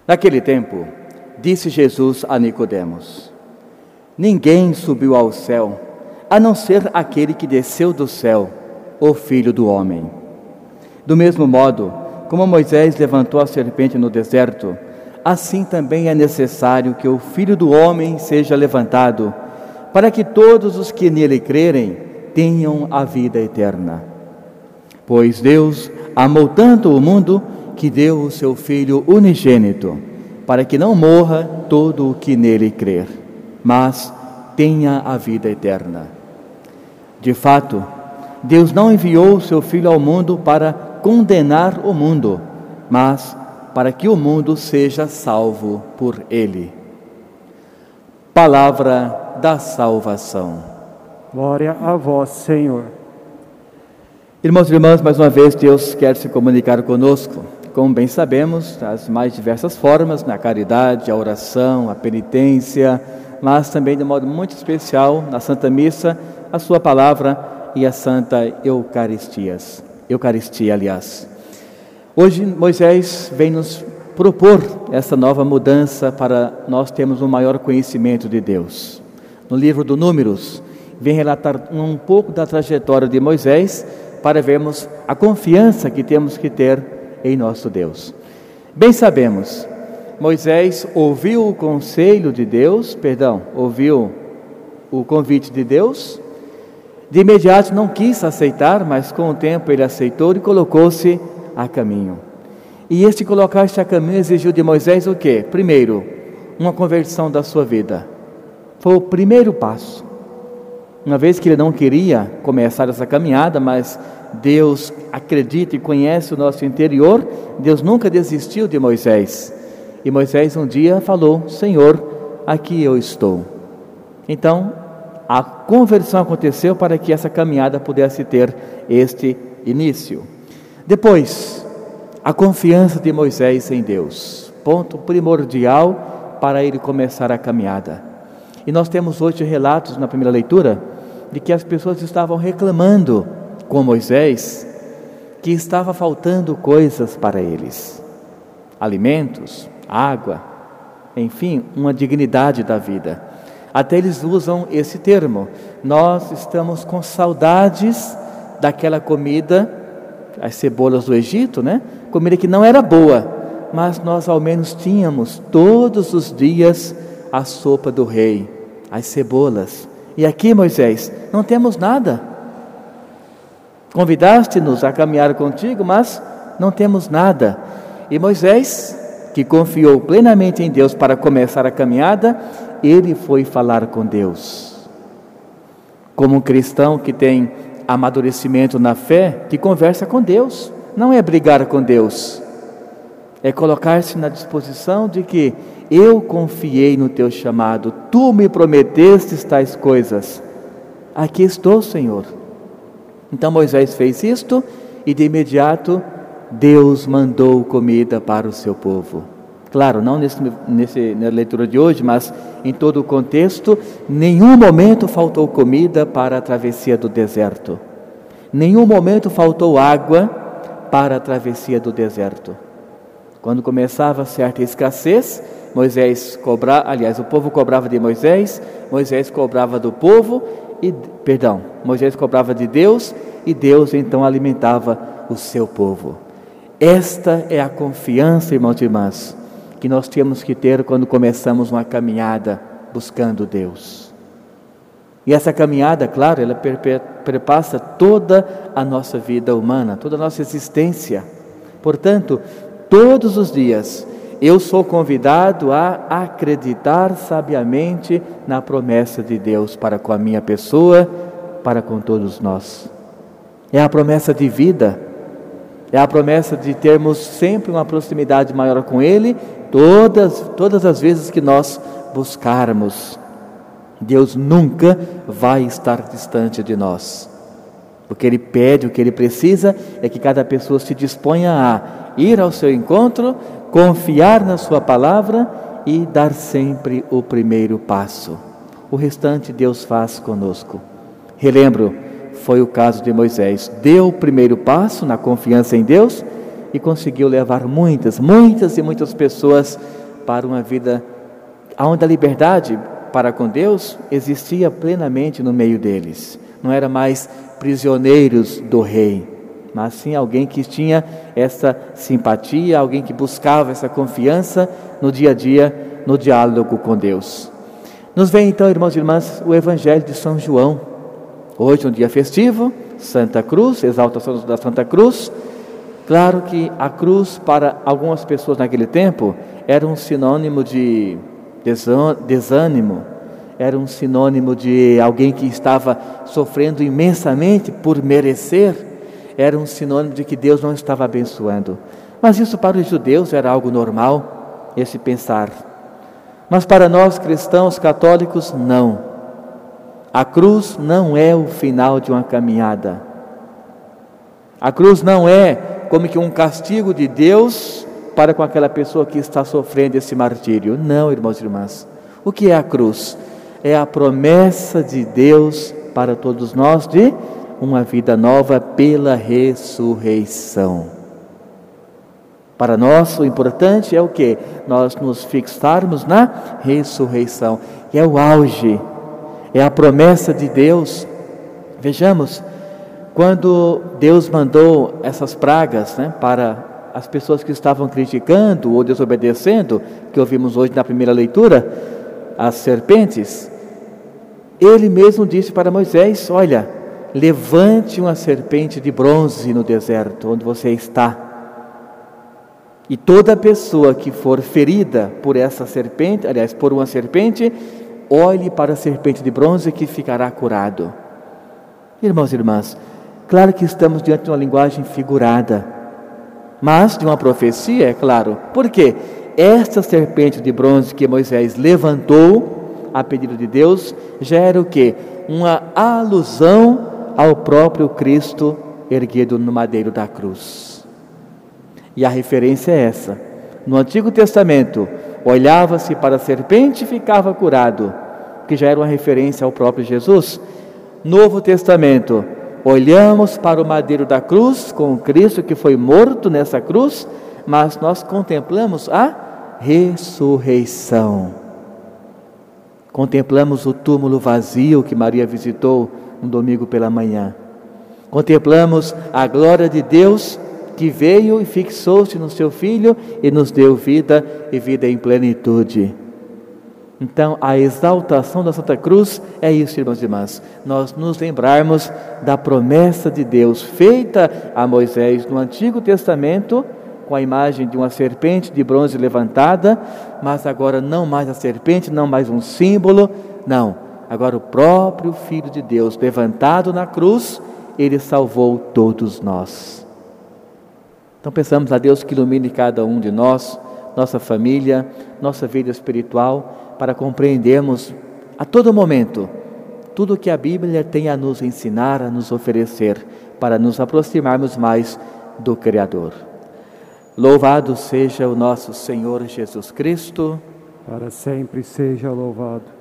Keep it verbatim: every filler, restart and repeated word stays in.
Naquele tempo, disse Jesus a Nicodemos: Ninguém subiu ao céu, a não ser aquele que desceu do céu, o Filho do Homem. Do mesmo modo, como Moisés levantou a serpente no deserto, assim também é necessário que o Filho do Homem seja levantado, para que todos os que nele crerem tenham a vida eterna. Pois Deus amou tanto o mundo que deu o seu Filho unigênito, para que não morra todo o que nele crer, mas tenha a vida eterna. De fato, Deus não enviou o seu Filho ao mundo para condenar o mundo, mas para que o mundo seja salvo por ele. Palavra da salvação. Glória a vós, Senhor. Irmãos e irmãs, mais uma vez Deus quer se comunicar conosco. Como bem sabemos, das mais diversas formas, na caridade, a oração, a penitência, mas também de modo muito especial, na Santa Missa, a sua palavra e a Santa Eucaristias. Eucaristia, aliás. Hoje Moisés vem nos propor essa nova mudança para nós termos um maior conhecimento de Deus. No livro do Números, vem relatar um pouco da trajetória de Moisés para vermos a confiança que temos que ter em nosso Deus. Bem sabemos, Moisés ouviu o conselho de Deus, perdão, ouviu o convite de Deus, de imediato não quis aceitar, mas com o tempo ele aceitou e colocou-se a caminho. E este colocar-se a caminho exigiu de Moisés o quê? Primeiro, uma conversão da sua vida. Foi o primeiro passo. Uma vez que ele não queria começar essa caminhada, mas Deus acredita e conhece o nosso interior, Deus nunca desistiu de Moisés. E Moisés um dia falou: Senhor, aqui eu estou. Então, a conversão aconteceu para que essa caminhada pudesse ter este início. Depois, a confiança de Moisés em Deus, ponto primordial para ele começar a caminhada. E nós temos hoje relatos na primeira leitura de que as pessoas estavam reclamando com Moisés que estava faltando coisas para eles, alimentos, água, enfim, uma dignidade da vida. Até eles usam esse termo: nós estamos com saudades daquela comida, as cebolas do Egito, né? Comida que não era boa, mas nós ao menos tínhamos todos os dias a sopa do rei, as cebolas. E aqui, Moisés, não temos nada. Convidaste-nos a caminhar contigo, mas não temos nada. E Moisés, que confiou plenamente em Deus para começar a caminhada, ele foi falar com Deus. Como um cristão que tem amadurecimento na fé, que conversa com Deus, não é brigar com Deus, é colocar-se na disposição de que eu confiei no teu chamado, tu me prometestes tais coisas, aqui estou, Senhor. Então Moisés fez isto e de imediato Deus mandou comida para o seu povo. Claro, não nesse, nesse, na leitura de hoje, mas em todo o contexto, nenhum momento faltou comida para a travessia do deserto. Nenhum momento faltou água para a travessia do deserto. Quando começava certa escassez, Moisés cobrava, aliás, o povo cobrava de Moisés, Moisés cobrava do povo, e, perdão, Moisés cobrava de Deus, e Deus então alimentava o seu povo. Esta é a confiança, irmãos e irmãs, que nós temos que ter quando começamos uma caminhada buscando Deus. E essa caminhada, claro, ela perpassa toda a nossa vida humana, toda a nossa existência. Portanto, todos os dias eu sou convidado a acreditar sabiamente na promessa de Deus para com a minha pessoa, para com todos nós. É a promessa de vida, é a promessa de termos sempre uma proximidade maior com Ele, todas, todas as vezes que nós buscarmos. Deus nunca vai estar distante de nós. O que Ele pede, o que Ele precisa é que cada pessoa se disponha a ir ao seu encontro, confiar na sua palavra e dar sempre o primeiro passo. O restante Deus faz conosco. Relembro, foi o caso de Moisés. Deu o primeiro passo na confiança em Deus e conseguiu levar muitas, muitas e muitas pessoas para uma vida onde a liberdade para com Deus existia plenamente no meio deles. Não era mais prisioneiros do rei, mas sim alguém que tinha essa simpatia, alguém que buscava essa confiança no dia a dia, no diálogo com Deus. Nos vem então, irmãos e irmãs, o Evangelho de São João. Hoje, um dia festivo, Santa Cruz, exaltação da Santa Cruz. Claro que a cruz, para algumas pessoas naquele tempo, era um sinônimo de desânimo, era um sinônimo de alguém que estava sofrendo imensamente por merecer, era um sinônimo de que Deus não estava abençoando. Mas isso para os judeus era algo normal, esse pensar. Mas para nós cristãos católicos, não. A cruz não é o final de uma caminhada. A cruz não é como que um castigo de Deus para com aquela pessoa que está sofrendo esse martírio. Não, irmãos e irmãs. O que é a cruz? É a promessa de Deus para todos nós de uma vida nova pela ressurreição. Para nós, o importante é o quê? Nós nos fixarmos na ressurreição. E é o auge, é a promessa de Deus. Vejamos, quando Deus mandou essas pragas, né, para as pessoas que estavam criticando ou desobedecendo, que ouvimos hoje na primeira leitura, as serpentes, Ele mesmo disse para Moisés: olha, levante uma serpente de bronze no deserto, onde você está. E toda pessoa que for ferida por essa serpente, aliás, por uma serpente, olhe para a serpente de bronze que ficará curado. Irmãos e irmãs, claro que estamos diante de uma linguagem figurada, mas de uma profecia, é claro. Por quê? Esta serpente de bronze que Moisés levantou a pedido de Deus, já era o quê? Uma alusão ao próprio Cristo erguido no madeiro da cruz. E a referência é essa. No Antigo Testamento, olhava-se para a serpente e ficava curado, que já era uma referência ao próprio Jesus. Novo Testamento, olhamos para o madeiro da cruz, com o Cristo que foi morto nessa cruz, mas nós contemplamos a ressurreição. Contemplamos o túmulo vazio que Maria visitou um domingo pela manhã. Contemplamos a glória de Deus que veio e fixou-se no seu Filho e nos deu vida e vida em plenitude. Então, a exaltação da Santa Cruz é isso, irmãos e irmãs, nós nos lembrarmos da promessa de Deus feita a Moisés no Antigo Testamento, com a imagem de uma serpente de bronze levantada, mas agora não mais a serpente, não mais um símbolo, não, agora o próprio Filho de Deus levantado na cruz, Ele salvou todos nós. Então pensamos a Deus que ilumine cada um de nós, nossa família, nossa vida espiritual, para compreendermos a todo momento tudo o que a Bíblia tem a nos ensinar, a nos oferecer, para nos aproximarmos mais do Criador. Louvado seja o nosso Senhor Jesus Cristo. Para sempre seja louvado.